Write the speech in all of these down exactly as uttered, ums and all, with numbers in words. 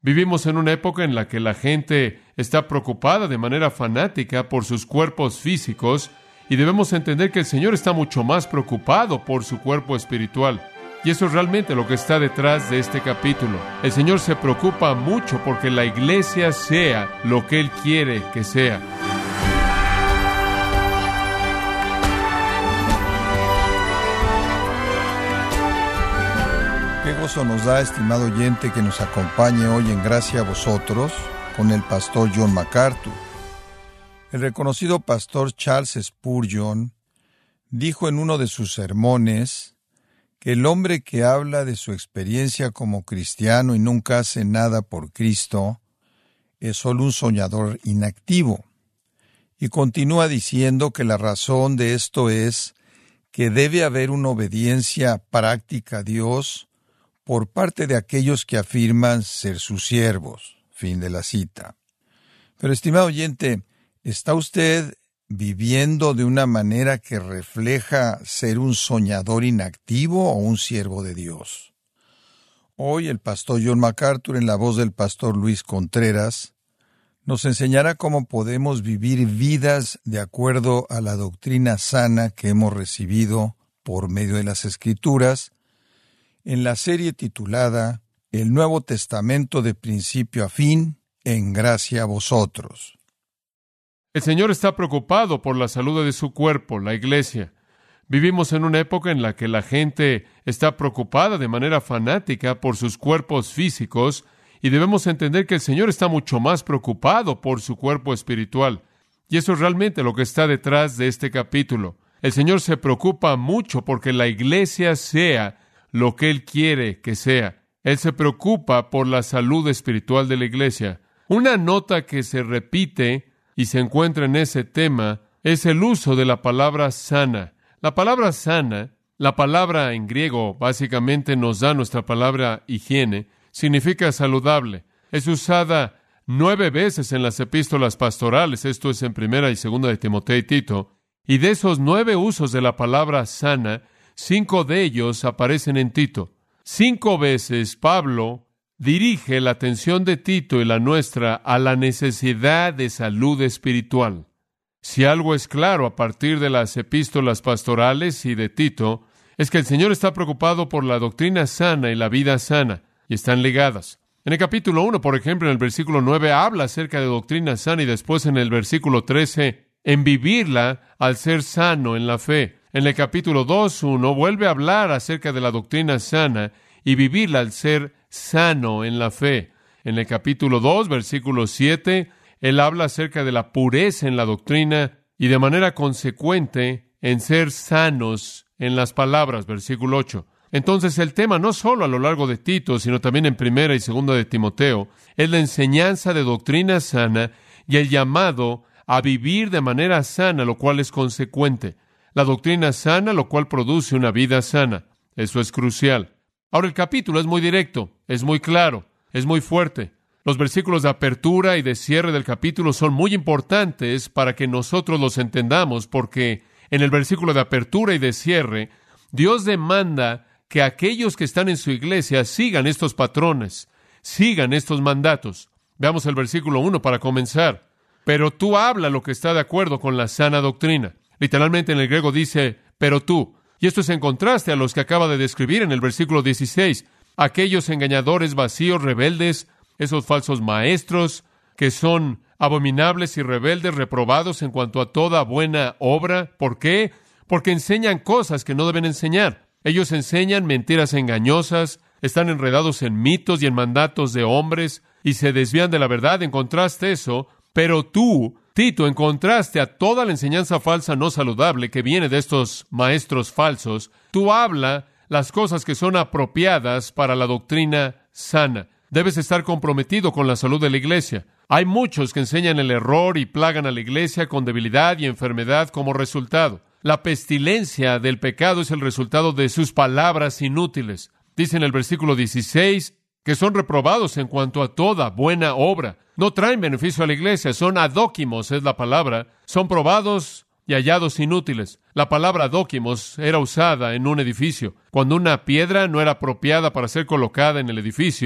Vivimos en una época en la que la gente está preocupada de manera fanática por sus cuerpos físicos y debemos entender que el Señor está mucho más preocupado por su cuerpo espiritual. Y eso es realmente lo que está detrás de este capítulo. El Señor se preocupa mucho porque la iglesia sea lo que Él quiere que sea. Qué gozo nos da, estimado oyente, que nos acompañe hoy en Gracia a Vosotros con el pastor John MacArthur. El reconocido pastor Charles Spurgeon dijo en uno de sus sermones que el hombre que habla de su experiencia como cristiano y nunca hace nada por Cristo es solo un soñador inactivo. Y continúa diciendo que la razón de esto es que debe haber una obediencia práctica a Dios por parte de aquellos que afirman ser sus siervos. Fin de la cita. Pero, estimado oyente, ¿está usted viviendo de una manera que refleja ser un soñador inactivo o un siervo de Dios? Hoy el pastor John MacArthur, en la voz del pastor Luis Contreras, nos enseñará cómo podemos vivir vidas de acuerdo a la doctrina sana que hemos recibido por medio de las Escrituras, en la serie titulada El Nuevo Testamento de principio a fin, en gracia a vosotros. El Señor está preocupado por la salud de su cuerpo, la iglesia. Vivimos en una época en la que la gente está preocupada de manera fanática por sus cuerpos físicos y debemos entender que el Señor está mucho más preocupado por su cuerpo espiritual. Y eso es realmente lo que está detrás de este capítulo. El Señor se preocupa mucho porque la iglesia sea lo que Él quiere que sea. Él se preocupa por la salud espiritual de la iglesia. Una nota que se repite y se encuentra en ese tema es el uso de la palabra sana. La palabra sana, la palabra en griego básicamente nos da nuestra palabra higiene, significa saludable. Es usada nueve veces en las epístolas pastorales, esto es en primera y segunda de Timoteo y Tito, y de esos nueve usos de la palabra sana, cinco de ellos aparecen en Tito. Cinco veces Pablo dirige la atención de Tito y la nuestra a la necesidad de salud espiritual. Si algo es claro a partir de las epístolas pastorales y de Tito, es que el Señor está preocupado por la doctrina sana y la vida sana, y están ligadas. En el capítulo uno, por ejemplo, en el versículo nueve, habla acerca de doctrina sana y después en el versículo trece, en vivirla al ser sano en la fe. En el capítulo dos, uno, vuelve a hablar acerca de la doctrina sana y vivirla al ser sano en la fe. En el capítulo dos, versículo siete, él habla acerca de la pureza en la doctrina y de manera consecuente en ser sanos en las palabras, versículo ocho. Entonces el tema no solo a lo largo de Tito, sino también en primera y segunda de Timoteo, es la enseñanza de doctrina sana y el llamado a vivir de manera sana, lo cual es consecuente. La doctrina sana, lo cual produce una vida sana. Eso es crucial. Ahora, el capítulo es muy directo, es muy claro, es muy fuerte. Los versículos de apertura y de cierre del capítulo son muy importantes para que nosotros los entendamos, porque en el versículo de apertura y de cierre, Dios demanda que aquellos que están en su iglesia sigan estos patrones, sigan estos mandatos. Veamos el versículo uno para comenzar. Pero tú habla lo que está de acuerdo con la sana doctrina. Literalmente en el griego dice, pero tú. Y esto es en contraste a los que acaba de describir en el versículo dieciséis. Aquellos engañadores vacíos, rebeldes, esos falsos maestros que son abominables y rebeldes, reprobados en cuanto a toda buena obra. ¿Por qué? Porque enseñan cosas que no deben enseñar. Ellos enseñan mentiras engañosas, están enredados en mitos y en mandatos de hombres y se desvían de la verdad. En contraste eso, pero tú, Tito, en contraste a toda la enseñanza falsa no saludable que viene de estos maestros falsos, tú habla las cosas que son apropiadas para la doctrina sana. Debes estar comprometido con la salud de la iglesia. Hay muchos que enseñan el error y plagan a la iglesia con debilidad y enfermedad como resultado. La pestilencia del pecado es el resultado de sus palabras inútiles. Dice en el versículo dieciséis que son reprobados en cuanto a toda buena obra. No traen beneficio a la iglesia, son adóquimos, es la palabra. Son probados y hallados inútiles. La palabra adóquimos era usada en un edificio. Cuando una piedra no era apropiada para ser colocada en el edificio,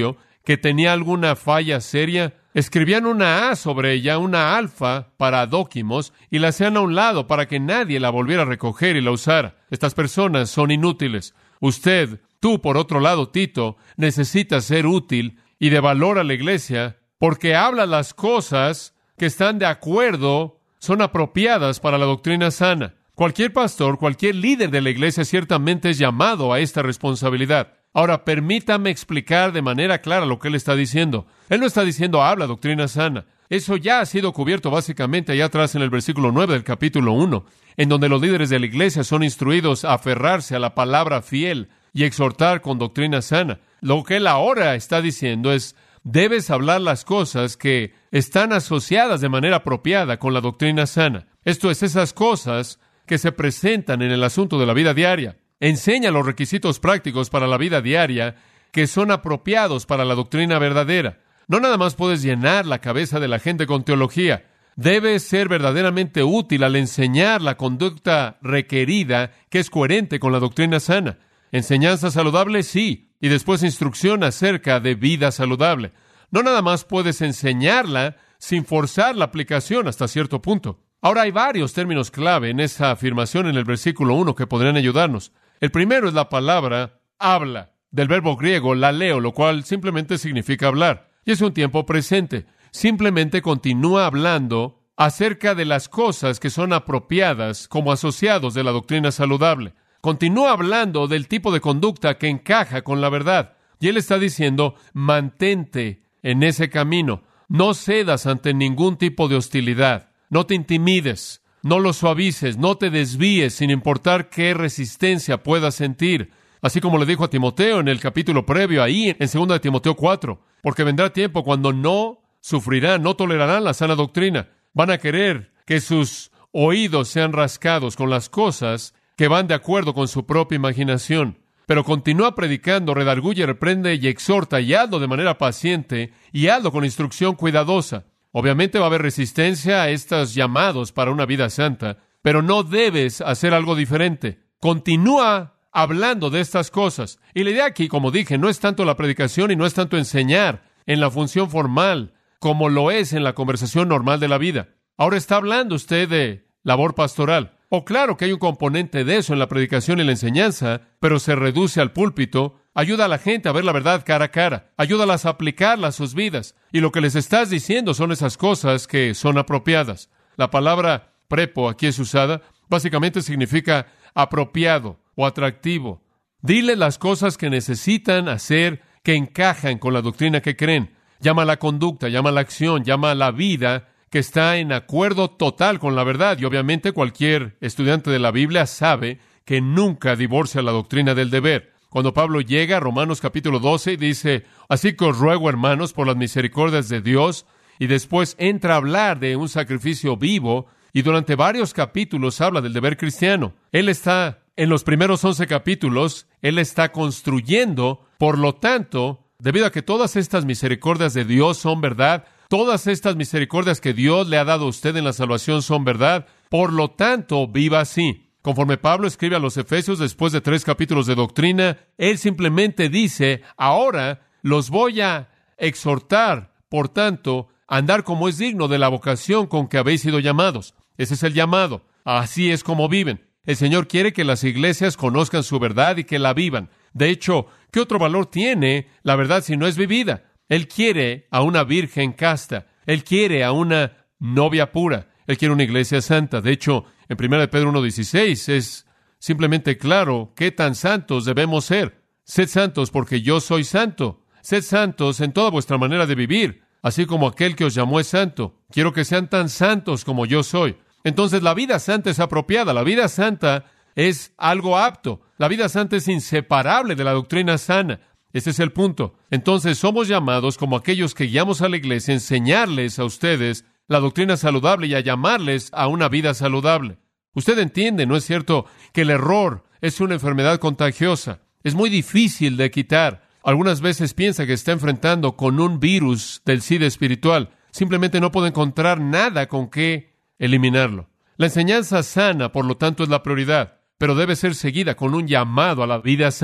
que tenía alguna falla seria, escribían una A sobre ella, una alfa para Dóquimos, y la hacían a un lado para que nadie la volviera a recoger y la usara. Estas personas son inútiles. Usted, tú, por otro lado, Tito, necesitas ser útil y de valor a la iglesia, porque habla las cosas que están de acuerdo, son apropiadas para la doctrina sana. Cualquier pastor, cualquier líder de la iglesia ciertamente es llamado a esta responsabilidad. Ahora, permítame explicar de manera clara lo que él está diciendo. Él no está diciendo habla doctrina sana. Eso ya ha sido cubierto básicamente allá atrás en el versículo nueve del capítulo uno, en donde los líderes de la iglesia son instruidos a aferrarse a la palabra fiel y exhortar con doctrina sana. Lo que él ahora está diciendo es, debes hablar las cosas que están asociadas de manera apropiada con la doctrina sana. Esto es, esas cosas que se presentan en el asunto de la vida diaria. Enseña los requisitos prácticos para la vida diaria que son apropiados para la doctrina verdadera. No nada más puedes llenar la cabeza de la gente con teología. Debes ser verdaderamente útil al enseñar la conducta requerida que es coherente con la doctrina sana. Enseñanza saludable, sí, y después instrucción acerca de vida saludable. No nada más puedes enseñarla sin forzar la aplicación hasta cierto punto. Ahora hay varios términos clave en esa afirmación en el versículo uno que podrían ayudarnos. El primero es la palabra habla, del verbo griego laleo, lo cual simplemente significa hablar. Y es un tiempo presente. Simplemente continúa hablando acerca de las cosas que son apropiadas como asociados de la doctrina saludable. Continúa hablando del tipo de conducta que encaja con la verdad. Y él está diciendo, mantente en ese camino. No cedas ante ningún tipo de hostilidad. No te intimides. No lo suavices. No te desvíes sin importar qué resistencia puedas sentir. Así como le dijo a Timoteo en el capítulo previo, ahí en segunda de Timoteo cuatro. Porque vendrá tiempo cuando no sufrirán, no tolerarán la sana doctrina. Van a querer que sus oídos sean rascados con las cosas que van de acuerdo con su propia imaginación. Pero continúa predicando, redarguye, reprende y exhorta, y hazlo de manera paciente, y hazlo con instrucción cuidadosa. Obviamente va a haber resistencia a estos llamados para una vida santa, pero no debes hacer algo diferente. Continúa hablando de estas cosas. Y la idea aquí, como dije, no es tanto la predicación y no es tanto enseñar en la función formal, como lo es en la conversación normal de la vida. Ahora está hablando usted de labor pastoral. O claro que hay un componente de eso en la predicación y la enseñanza, pero se reduce al púlpito. Ayuda a la gente a ver la verdad cara a cara. Ayúdalas a aplicarla a sus vidas. Y lo que les estás diciendo son esas cosas que son apropiadas. La palabra prepo aquí es usada. Básicamente significa apropiado o atractivo. Dile las cosas que necesitan hacer que encajan con la doctrina que creen. Llama a la conducta, llama a la acción, llama a la vida que está en acuerdo total con la verdad. Y obviamente cualquier estudiante de la Biblia sabe que nunca divorcia la doctrina del deber. Cuando Pablo llega a Romanos capítulo doce y dice, así que os ruego, hermanos, por las misericordias de Dios, y después entra a hablar de un sacrificio vivo, y durante varios capítulos habla del deber cristiano. Él está, en los primeros once capítulos, él está construyendo, por lo tanto, debido a que todas estas misericordias de Dios son verdad, todas estas misericordias que Dios le ha dado a usted en la salvación son verdad, por lo tanto, viva así. Conforme Pablo escribe a los Efesios después de tres capítulos de doctrina, él simplemente dice, ahora los voy a exhortar, por tanto, a andar como es digno de la vocación con que habéis sido llamados. Ese es el llamado. Así es como viven. El Señor quiere que las iglesias conozcan su verdad y que la vivan. De hecho, ¿qué otro valor tiene la verdad si no es vivida? Él quiere a una virgen casta. Él quiere a una novia pura. Él quiere una iglesia santa. De hecho, en primera de Pedro uno dieciséis es simplemente claro qué tan santos debemos ser. Sed santos porque yo soy santo. Sed santos en toda vuestra manera de vivir, así como aquel que os llamó es santo. Quiero que sean tan santos como yo soy. Entonces, la vida santa es apropiada. La vida santa es algo apto. La vida santa es inseparable de la doctrina sana. Ese es el punto. Entonces, somos llamados como aquellos que guiamos a la iglesia a enseñarles a ustedes la doctrina saludable y a llamarles a una vida saludable. Usted entiende, ¿no es cierto?, que el error es una enfermedad contagiosa. Es muy difícil de quitar. Algunas veces piensa que está enfrentando con un virus del SIDA espiritual. Simplemente no puede encontrar nada con qué eliminarlo. La enseñanza sana, por lo tanto, es la prioridad, pero debe ser seguida con un llamado a la vida sana.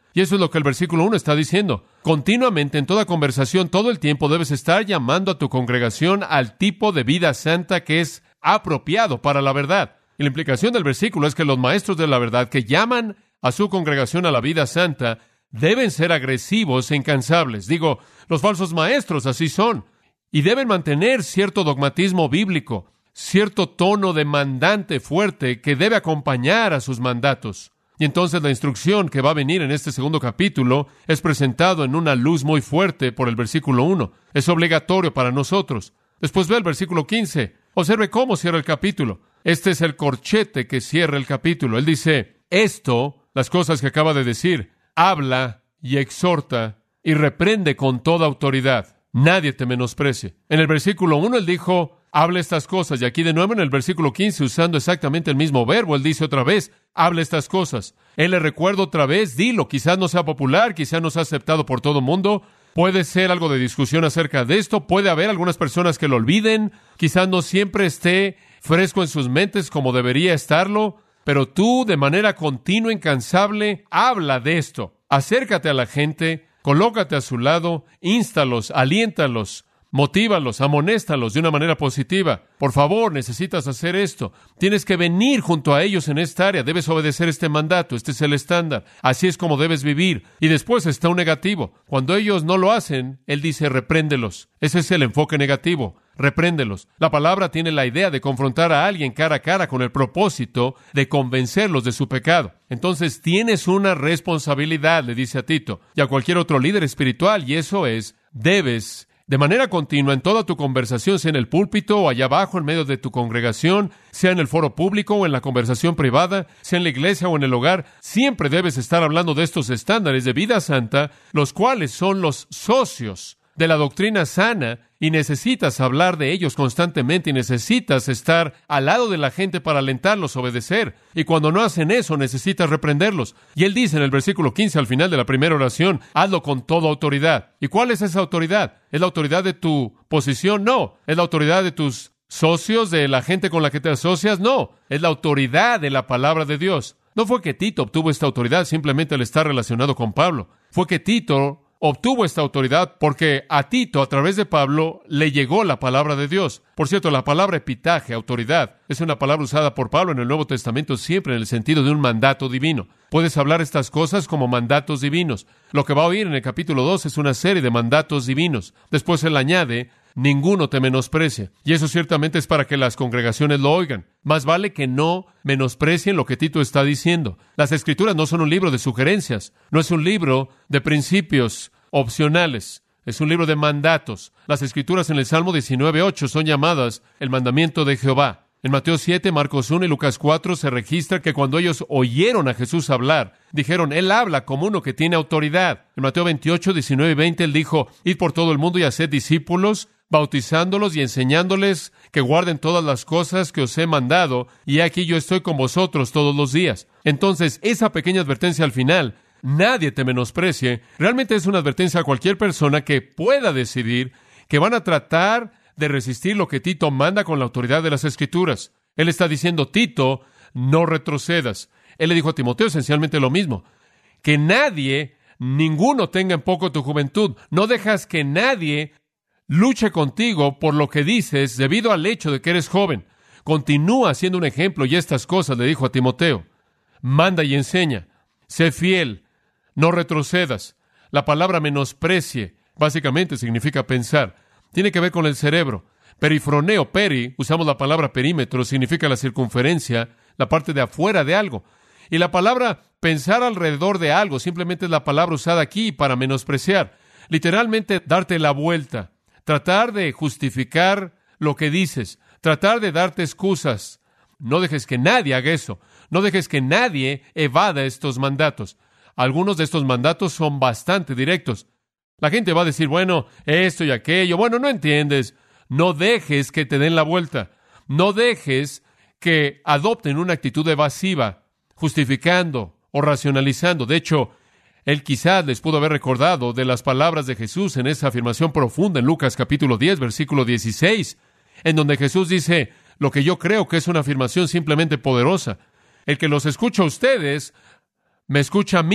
Y eso es lo que el versículo uno está diciendo. Continuamente, en toda conversación, todo el tiempo, debes estar llamando a tu congregación al tipo de vida santa que es apropiado para la verdad. Y la implicación del versículo es que los maestros de la verdad que llaman a su congregación a la vida santa deben ser agresivos e incansables. Digo, los falsos maestros así son. Y deben mantener cierto dogmatismo bíblico, cierto tono demandante fuerte que debe acompañar a sus mandatos. Y entonces la instrucción que va a venir en este segundo capítulo es presentado en una luz muy fuerte por el versículo uno. Es obligatorio para nosotros. Después ve el versículo quince. Observe cómo cierra el capítulo. Este es el corchete que cierra el capítulo. Él dice, esto, las cosas que acaba de decir, habla y exhorta y reprende con toda autoridad. Nadie te menosprecie. En el versículo uno él dijo, habla estas cosas. Y aquí de nuevo en el versículo quince, usando exactamente el mismo verbo, él dice otra vez, habla estas cosas. Él le recuerda otra vez, dilo. Quizás no sea popular, quizás no sea aceptado por todo el mundo. Puede ser algo de discusión acerca de esto. Puede haber algunas personas que lo olviden. Quizás no siempre esté fresco en sus mentes como debería estarlo. Pero tú, de manera continua, incansable, habla de esto. Acércate a la gente, colócate a su lado,ínstalos, aliéntalos, motívalos, amonéstalos de una manera positiva. Por favor, necesitas hacer esto. Tienes que venir junto a ellos en esta área. Debes obedecer este mandato. Este es el estándar. Así es como debes vivir. Y después está un negativo. Cuando ellos no lo hacen, él dice, repréndelos. Ese es el enfoque negativo. Repréndelos. La palabra tiene la idea de confrontar a alguien cara a cara con el propósito de convencerlos de su pecado. Entonces tienes una responsabilidad, le dice a Tito, y a cualquier otro líder espiritual, y eso es, debes de manera continua, en toda tu conversación, sea en el púlpito o allá abajo, en medio de tu congregación, sea en el foro público o en la conversación privada, sea en la iglesia o en el hogar, siempre debes estar hablando de estos estándares de vida santa, los cuales son los socios de la doctrina sana, y necesitas hablar de ellos constantemente y necesitas estar al lado de la gente para alentarlos a obedecer. Y cuando no hacen eso, necesitas reprenderlos. Y él dice en el versículo quince, al final de la primera oración, hazlo con toda autoridad. ¿Y cuál es esa autoridad? ¿Es la autoridad de tu posición? No. ¿Es la autoridad de tus socios, de la gente con la que te asocias? No. Es la autoridad de la palabra de Dios. No fue que Tito obtuvo esta autoridad simplemente al estar relacionado con Pablo. Fue que Tito obtuvo esta autoridad porque a Tito, a través de Pablo, le llegó la palabra de Dios. Por cierto, la palabra epitaje, autoridad, es una palabra usada por Pablo en el Nuevo Testamento siempre en el sentido de un mandato divino. Puedes hablar estas cosas como mandatos divinos. Lo que va a oír en el capítulo dos es una serie de mandatos divinos. Después él añade, ninguno te menosprecie. Y eso ciertamente es para que las congregaciones lo oigan. Más vale que no menosprecien lo que Tito está diciendo. Las Escrituras no son un libro de sugerencias. No es un libro de principios opcionales. Es un libro de mandatos. Las Escrituras en el Salmo diecinueve ocho son llamadas el mandamiento de Jehová. En Mateo siete, Marcos uno y Lucas cuatro se registra que cuando ellos oyeron a Jesús hablar, dijeron, Él habla como uno que tiene autoridad. En Mateo veintiocho, diecinueve y veinte, Él dijo, id por todo el mundo y haced discípulos, bautizándolos y enseñándoles que guarden todas las cosas que os he mandado, y aquí yo estoy con vosotros todos los días. Entonces, esa pequeña advertencia al final, nadie te menosprecie, realmente es una advertencia a cualquier persona que pueda decidir que van a tratar de resistir lo que Tito manda con la autoridad de las Escrituras. Él está diciendo, Tito, no retrocedas. Él le dijo a Timoteo esencialmente lo mismo, que nadie, ninguno tenga en poco tu juventud. No dejas que nadie luche contigo por lo que dices debido al hecho de que eres joven. Continúa siendo un ejemplo y estas cosas le dijo a Timoteo. Manda y enseña. Sé fiel. No retrocedas. La palabra menosprecie básicamente significa pensar. Tiene que ver con el cerebro. Perifroneo, peri, usamos la palabra perímetro, significa la circunferencia, la parte de afuera de algo. Y la palabra pensar alrededor de algo simplemente es la palabra usada aquí para menospreciar. Literalmente, darte la vuelta. Tratar de justificar lo que dices. Tratar de darte excusas. No dejes que nadie haga eso. No dejes que nadie evada estos mandatos. Algunos de estos mandatos son bastante directos. La gente va a decir, bueno, esto y aquello. Bueno, no entiendes. No dejes que te den la vuelta. No dejes que adopten una actitud evasiva, justificando o racionalizando. De hecho, él quizás les pudo haber recordado de las palabras de Jesús en esa afirmación profunda en Lucas capítulo diez, versículo dieciséis, en donde Jesús dice lo que yo creo que es una afirmación simplemente poderosa. El que los escucha a ustedes, me escucha a mí.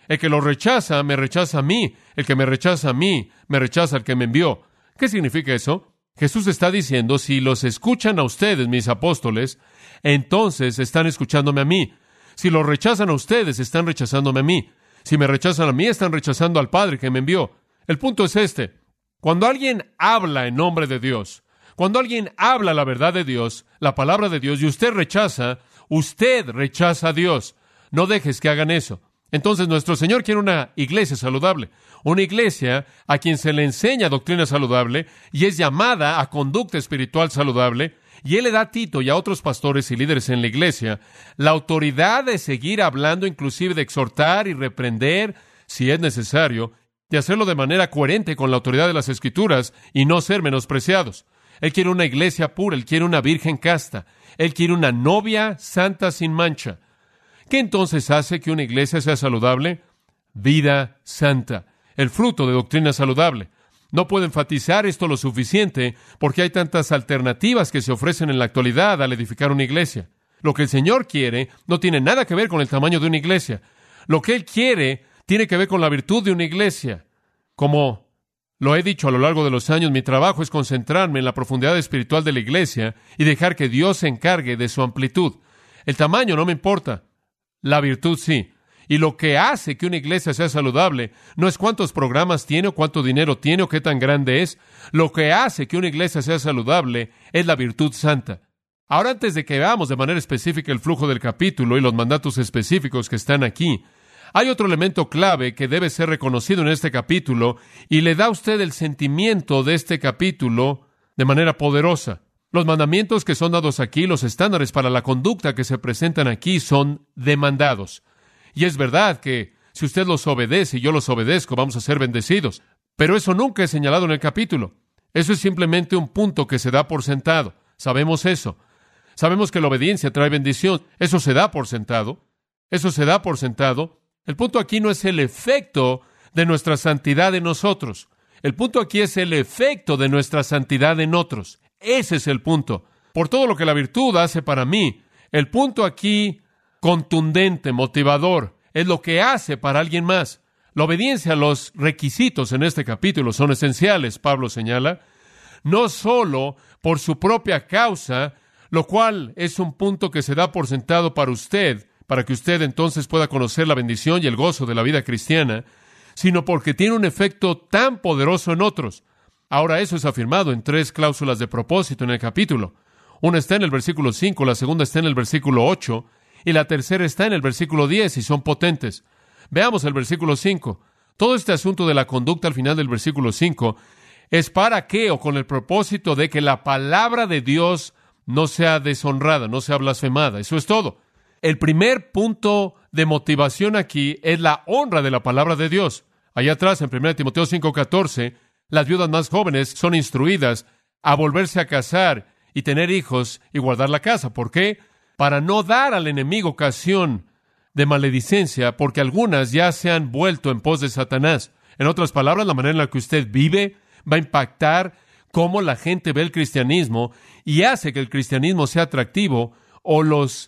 El que lo rechaza, me rechaza a mí. El que me rechaza a mí, me rechaza al que me envió. ¿Qué significa eso? Jesús está diciendo, si los escuchan a ustedes, mis apóstoles, entonces están escuchándome a mí. Si los rechazan a ustedes, están rechazándome a mí. Si me rechazan a mí, están rechazando al Padre que me envió. El punto es este. Cuando alguien habla en nombre de Dios, cuando alguien habla la verdad de Dios, la palabra de Dios, y usted rechaza, usted rechaza a Dios. No dejes que hagan eso. Entonces, nuestro Señor quiere una iglesia saludable, una iglesia a quien se le enseña doctrina saludable y es llamada a conducta espiritual saludable, y Él le da a Tito y a otros pastores y líderes en la iglesia la autoridad de seguir hablando, inclusive de exhortar y reprender, si es necesario, y hacerlo de manera coherente con la autoridad de las Escrituras y no ser menospreciados. Él quiere una iglesia pura, Él quiere una virgen casta, Él quiere una novia santa sin mancha. ¿Qué entonces hace que una iglesia sea saludable? Vida santa, el fruto de doctrina saludable. No puedo enfatizar esto lo suficiente porque hay tantas alternativas que se ofrecen en la actualidad al edificar una iglesia. Lo que el Señor quiere no tiene nada que ver con el tamaño de una iglesia. Lo que Él quiere tiene que ver con la virtud de una iglesia. Como lo he dicho a lo largo de los años, mi trabajo es concentrarme en la profundidad espiritual de la iglesia y dejar que Dios se encargue de su amplitud. El tamaño no me importa. La virtud sí. Y lo que hace que una iglesia sea saludable no es cuántos programas tiene o cuánto dinero tiene o qué tan grande es. Lo que hace que una iglesia sea saludable es la virtud santa. Ahora, antes de que veamos de manera específica el flujo del capítulo y los mandatos específicos que están aquí, hay otro elemento clave que debe ser reconocido en este capítulo y le da a usted el sentimiento de este capítulo de manera poderosa. Los mandamientos que son dados aquí, los estándares para la conducta que se presentan aquí son demandados. Y es verdad que si usted los obedece y yo los obedezco, vamos a ser bendecidos. Pero eso nunca es señalado en el capítulo. Eso es simplemente un punto que se da por sentado. Sabemos eso. Sabemos que la obediencia trae bendición. Eso se da por sentado. Eso se da por sentado. El punto aquí no es el efecto de nuestra santidad en nosotros. El punto aquí es el efecto de nuestra santidad en otros. Ese es el punto. Por todo lo que la virtud hace para mí, el punto aquí contundente, motivador, es lo que hace para alguien más. La obediencia a los requisitos en este capítulo son esenciales, Pablo señala, no solo por su propia causa, lo cual es un punto que se da por sentado para usted, para que usted entonces pueda conocer la bendición y el gozo de la vida cristiana, sino porque tiene un efecto tan poderoso en otros. Ahora, eso es afirmado en tres cláusulas de propósito en el capítulo. Una está en el versículo cinco, la segunda está en el versículo ocho, y la tercera está en el versículo diez, y son potentes. Veamos el versículo cinco. Todo este asunto de la conducta al final del versículo cinco es para qué, o con el propósito de que la palabra de Dios no sea deshonrada, no sea blasfemada. Eso es todo. El primer punto de motivación aquí es la honra de la palabra de Dios. Allá atrás, en primera Timoteo cinco catorce, las viudas más jóvenes son instruidas a volverse a casar y tener hijos y guardar la casa. ¿Por qué? Para no dar al enemigo ocasión de maledicencia, porque algunas ya se han vuelto en pos de Satanás. En otras palabras, la manera en la que usted vive va a impactar cómo la gente ve el cristianismo y hace que el cristianismo sea atractivo o los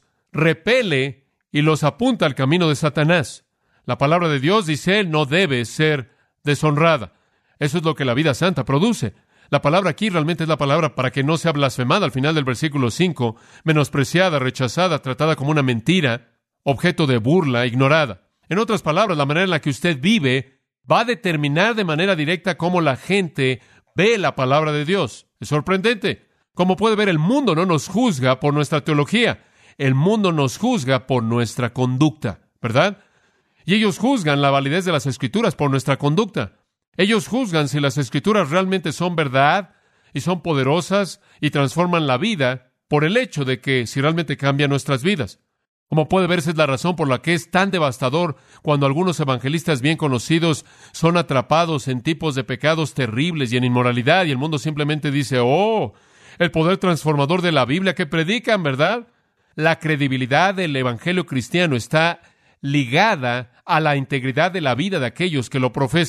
repele y los apunta al camino de Satanás. La palabra de Dios, dice él, no debe ser deshonrada. Eso es lo que la vida santa produce. La palabra aquí realmente es la palabra para que no sea blasfemada al final del versículo cinco, menospreciada, rechazada, tratada como una mentira, objeto de burla, ignorada. En otras palabras, la manera en la que usted vive va a determinar de manera directa cómo la gente ve la palabra de Dios. Es sorprendente. Como puede ver, el mundo no nos juzga por nuestra teología. El mundo nos juzga por nuestra conducta, ¿verdad? Y ellos juzgan la validez de las Escrituras por nuestra conducta. Ellos juzgan si las Escrituras realmente son verdad y son poderosas y transforman la vida por el hecho de que si realmente cambian nuestras vidas. Como puede verse, es la razón por la que es tan devastador cuando algunos evangelistas bien conocidos son atrapados en tipos de pecados terribles y en inmoralidad, y el mundo simplemente dice, oh, el poder transformador de la Biblia que predican, ¿verdad? La credibilidad del evangelio cristiano está ligada a la integridad de la vida de aquellos que lo profesan.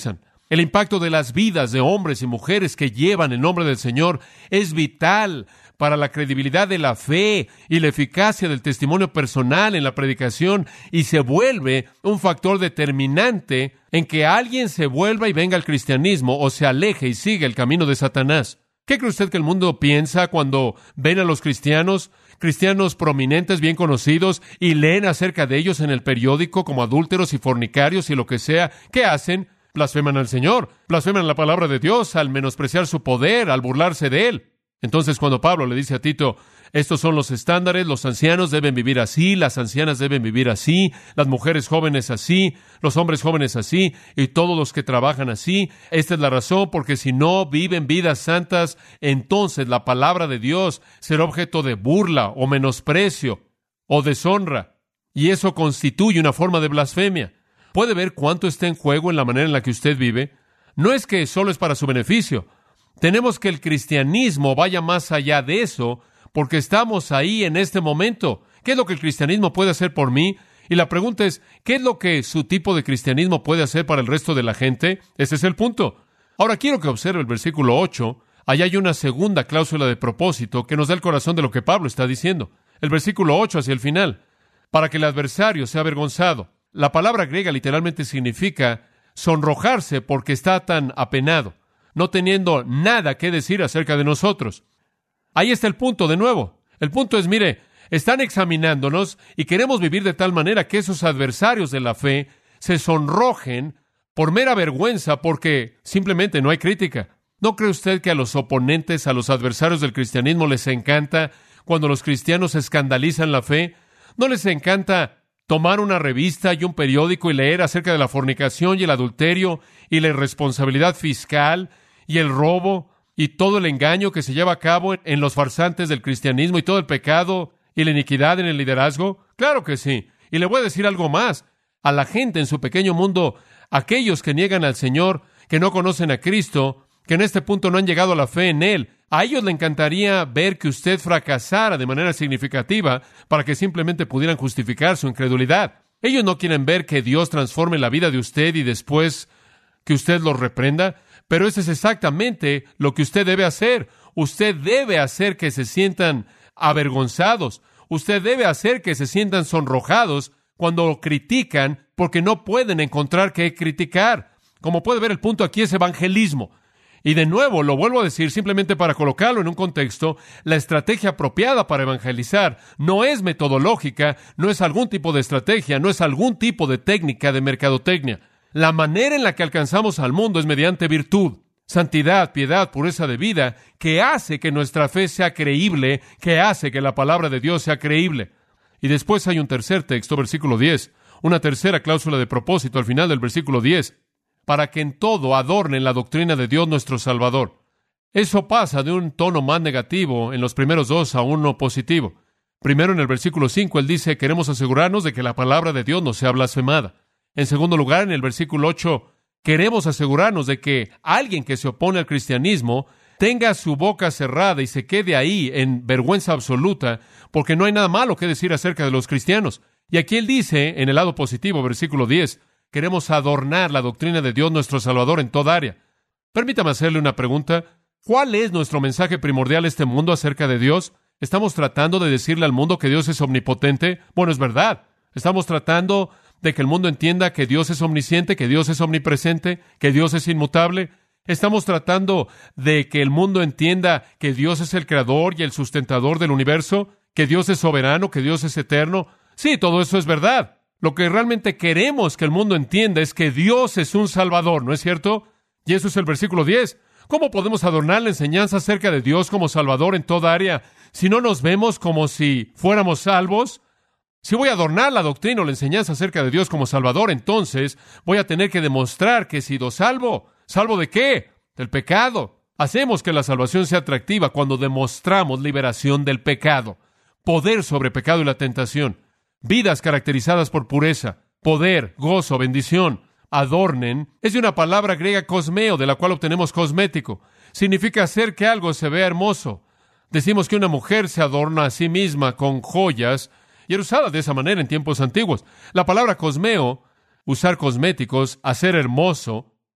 El impacto de las vidas de hombres y mujeres que llevan el nombre del Señor es vital para la credibilidad de la fe y la eficacia del testimonio personal en la predicación, y se vuelve un factor determinante en que alguien se vuelva y venga al cristianismo o se aleje y siga el camino de Satanás. ¿Qué cree usted que el mundo piensa cuando ven a los cristianos, cristianos prominentes, bien conocidos, y leen acerca de ellos en el periódico como adúlteros y fornicarios y lo que sea? ¿Qué hacen? Blasfeman al Señor, blasfeman la palabra de Dios al menospreciar su poder, al burlarse de Él. Entonces, cuando Pablo le dice a Tito, estos son los estándares, los ancianos deben vivir así, las ancianas deben vivir así, las mujeres jóvenes así, los hombres jóvenes así, y todos los que trabajan así, esta es la razón, porque si no viven vidas santas, entonces la palabra de Dios será objeto de burla o menosprecio o deshonra, y eso constituye una forma de blasfemia. ¿Puede ver cuánto está en juego en la manera en la que usted vive? No es que solo es para su beneficio. Tenemos que el cristianismo vaya más allá de eso, porque estamos ahí en este momento. ¿Qué es lo que el cristianismo puede hacer por mí? Y la pregunta es, ¿qué es lo que su tipo de cristianismo puede hacer para el resto de la gente? Ese es el punto. Ahora quiero que observe el versículo ocho. Allá hay una segunda cláusula de propósito que nos da el corazón de lo que Pablo está diciendo. El versículo ocho hacia el final. Para que el adversario sea avergonzado. La palabra griega literalmente significa sonrojarse porque está tan apenado, no teniendo nada que decir acerca de nosotros. Ahí está el punto de nuevo. El punto es, mire, están examinándonos y queremos vivir de tal manera que esos adversarios de la fe se sonrojen por mera vergüenza porque simplemente no hay crítica. ¿No cree usted que a los oponentes, a los adversarios del cristianismo les encanta cuando los cristianos escandalizan la fe? ¿No les encanta tomar una revista y un periódico y leer acerca de la fornicación y el adulterio y la irresponsabilidad fiscal y el robo y todo el engaño que se lleva a cabo en los farsantes del cristianismo y todo el pecado y la iniquidad en el liderazgo? Claro que sí. Y le voy a decir algo más. A la gente en su pequeño mundo, aquellos que niegan al Señor, que no conocen a Cristo, que en este punto no han llegado a la fe en Él, a ellos le encantaría ver que usted fracasara de manera significativa para que simplemente pudieran justificar su incredulidad. Ellos no quieren ver que Dios transforme la vida de usted y después que usted los reprenda, pero eso es exactamente lo que usted debe hacer. Usted debe hacer que se sientan avergonzados. Usted debe hacer que se sientan sonrojados cuando critican porque no pueden encontrar qué criticar. Como puede ver, el punto aquí es evangelismo. Y de nuevo, lo vuelvo a decir simplemente para colocarlo en un contexto, la estrategia apropiada para evangelizar no es metodológica, no es algún tipo de estrategia, no es algún tipo de técnica de mercadotecnia. La manera en la que alcanzamos al mundo es mediante virtud, santidad, piedad, pureza de vida, que hace que nuestra fe sea creíble, que hace que la palabra de Dios sea creíble. Y después hay un tercer texto, versículo diez, una tercera cláusula de propósito al final del versículo diez. Para que en todo adornen la doctrina de Dios nuestro Salvador. Eso pasa de un tono más negativo en los primeros dos a uno positivo. Primero, en el versículo cinco, él dice, queremos asegurarnos de que la palabra de Dios no sea blasfemada. En segundo lugar, en el versículo ocho, queremos asegurarnos de que alguien que se opone al cristianismo tenga su boca cerrada y se quede ahí en vergüenza absoluta, porque no hay nada malo que decir acerca de los cristianos. Y aquí él dice, en el lado positivo, versículo diez, queremos adornar la doctrina de Dios nuestro Salvador en toda área. Permítame hacerle una pregunta. ¿Cuál es nuestro mensaje primordial a este mundo acerca de Dios? ¿Estamos tratando de decirle al mundo que Dios es omnipotente? Bueno, es verdad. ¿Estamos tratando de que el mundo entienda que Dios es omnisciente, que Dios es omnipresente, que Dios es inmutable? ¿Estamos tratando de que el mundo entienda que Dios es el creador y el sustentador del universo, que Dios es soberano, que Dios es eterno? Sí, todo eso es verdad. Lo que realmente queremos que el mundo entienda es que Dios es un Salvador, ¿no es cierto? Y eso es el versículo diez. ¿Cómo podemos adornar la enseñanza acerca de Dios como Salvador en toda área si no nos vemos como si fuéramos salvos? Si voy a adornar la doctrina o la enseñanza acerca de Dios como Salvador, entonces voy a tener que demostrar que he sido salvo. ¿Salvo de qué? Del pecado. Hacemos que la salvación sea atractiva cuando demostramos liberación del pecado, poder sobre pecado y la tentación, vidas caracterizadas por pureza, poder, gozo, bendición. Adornen es de una palabra griega cosmeo, de la cual obtenemos cosmético. Significa hacer que algo se vea hermoso. Decimos que una mujer se adorna a sí misma con joyas, y era usada de esa manera en tiempos antiguos. La palabra cosmeo, usar cosméticos, hacer hermoso,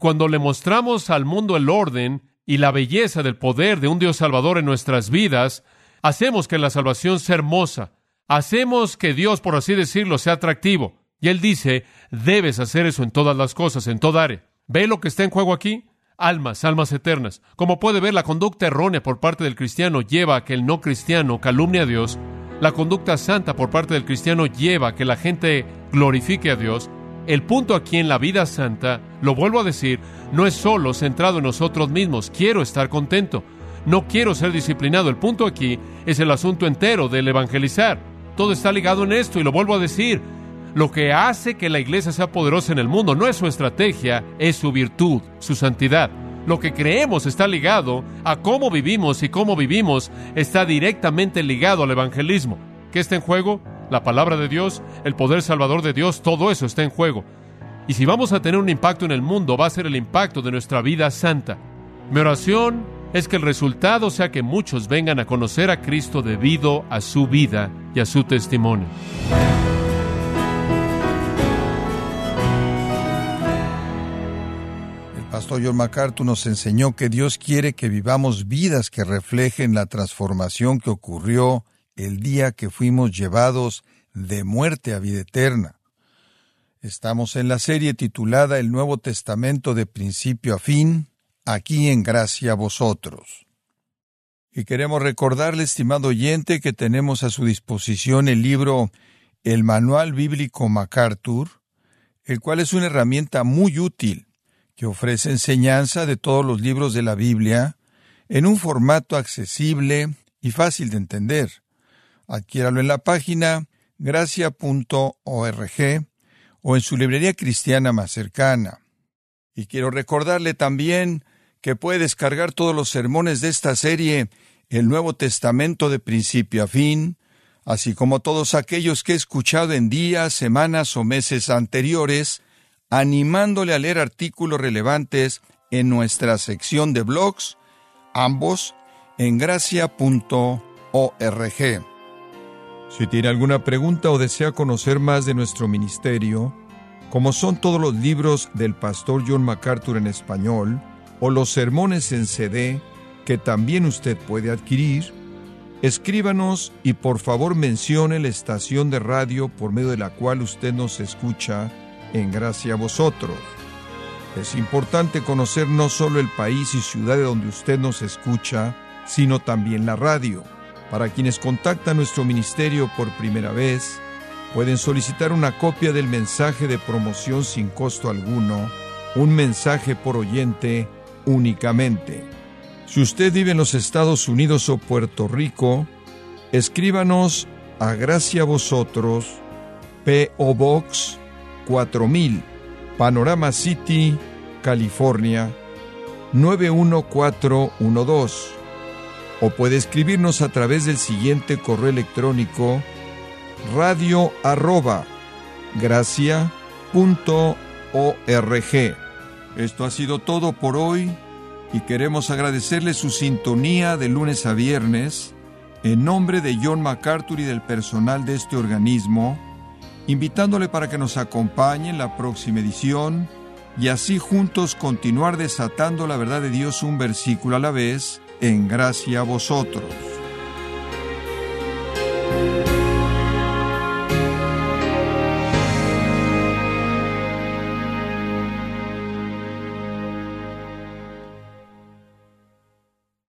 Cuando le mostramos al mundo el orden y la belleza del poder de un Dios Salvador en nuestras vidas, hacemos que la salvación sea hermosa. Hacemos que Dios, por así decirlo, sea atractivo. Y Él dice, debes hacer eso en todas las cosas, en toda área. ¿Ve lo que está en juego aquí? Almas, almas eternas. Como puede ver, la conducta errónea por parte del cristiano lleva a que el no cristiano calumnie a Dios. La conducta santa por parte del cristiano lleva a que la gente glorifique a Dios. El punto aquí en la vida santa, lo vuelvo a decir, no es solo centrado en nosotros mismos. Quiero estar contento. No quiero ser disciplinado. El punto aquí es el asunto entero del evangelizar. Todo está ligado en esto y lo vuelvo a decir. Lo que hace que la iglesia sea poderosa en el mundo no es su estrategia, es su virtud, su santidad. Lo que creemos está ligado a cómo vivimos y cómo vivimos está directamente ligado al evangelismo. ¿Qué está en juego? La palabra de Dios, el poder salvador de Dios, todo eso está en juego. Y si vamos a tener un impacto en el mundo, va a ser el impacto de nuestra vida santa. Mi oración es que el resultado sea que muchos vengan a conocer a Cristo debido a su vida y a su testimonio. El pastor John MacArthur nos enseñó que Dios quiere que vivamos vidas que reflejen la transformación que ocurrió el día que fuimos llevados de muerte a vida eterna. Estamos en la serie titulada El Nuevo Testamento de principio a fin, aquí en Gracia a Vosotros. Y queremos recordarle, estimado oyente, que tenemos a su disposición el libro El Manual Bíblico MacArthur, el cual es una herramienta muy útil que ofrece enseñanza de todos los libros de la Biblia en un formato accesible y fácil de entender. Adquiéralo en la página gracia punto org o en su librería cristiana más cercana. Y quiero recordarle también que puede descargar todos los sermones de esta serie, el Nuevo Testamento de principio a fin, así como todos aquellos que he escuchado en días, semanas o meses anteriores, animándole a leer artículos relevantes en nuestra sección de blogs, ambos en gracia punto org. Si tiene alguna pregunta o desea conocer más de nuestro ministerio, como son todos los libros del pastor John MacArthur en español, o los sermones en C D, que también usted puede adquirir, escríbanos y por favor mencione la estación de radio por medio de la cual usted nos escucha en Gracia a Vosotros. Es importante conocer no solo el país y ciudad de donde usted nos escucha, sino también la radio. Para quienes contactan nuestro ministerio por primera vez, pueden solicitar una copia del mensaje de promoción sin costo alguno, un mensaje por oyente únicamente. Si usted vive en los Estados Unidos o Puerto Rico, escríbanos a Gracia a Vosotros, P O Box cuatro mil, Panorama City, California, nueve uno cuatro uno dos. O puede escribirnos a través del siguiente correo electrónico radio arroba gracia punto org. Esto ha sido todo por hoy y queremos agradecerle su sintonía de lunes a viernes en nombre de John MacArthur y del personal de este organismo, invitándole para que nos acompañe en la próxima edición y así juntos continuar desatando la verdad de Dios un versículo a la vez en Gracia a Vosotros.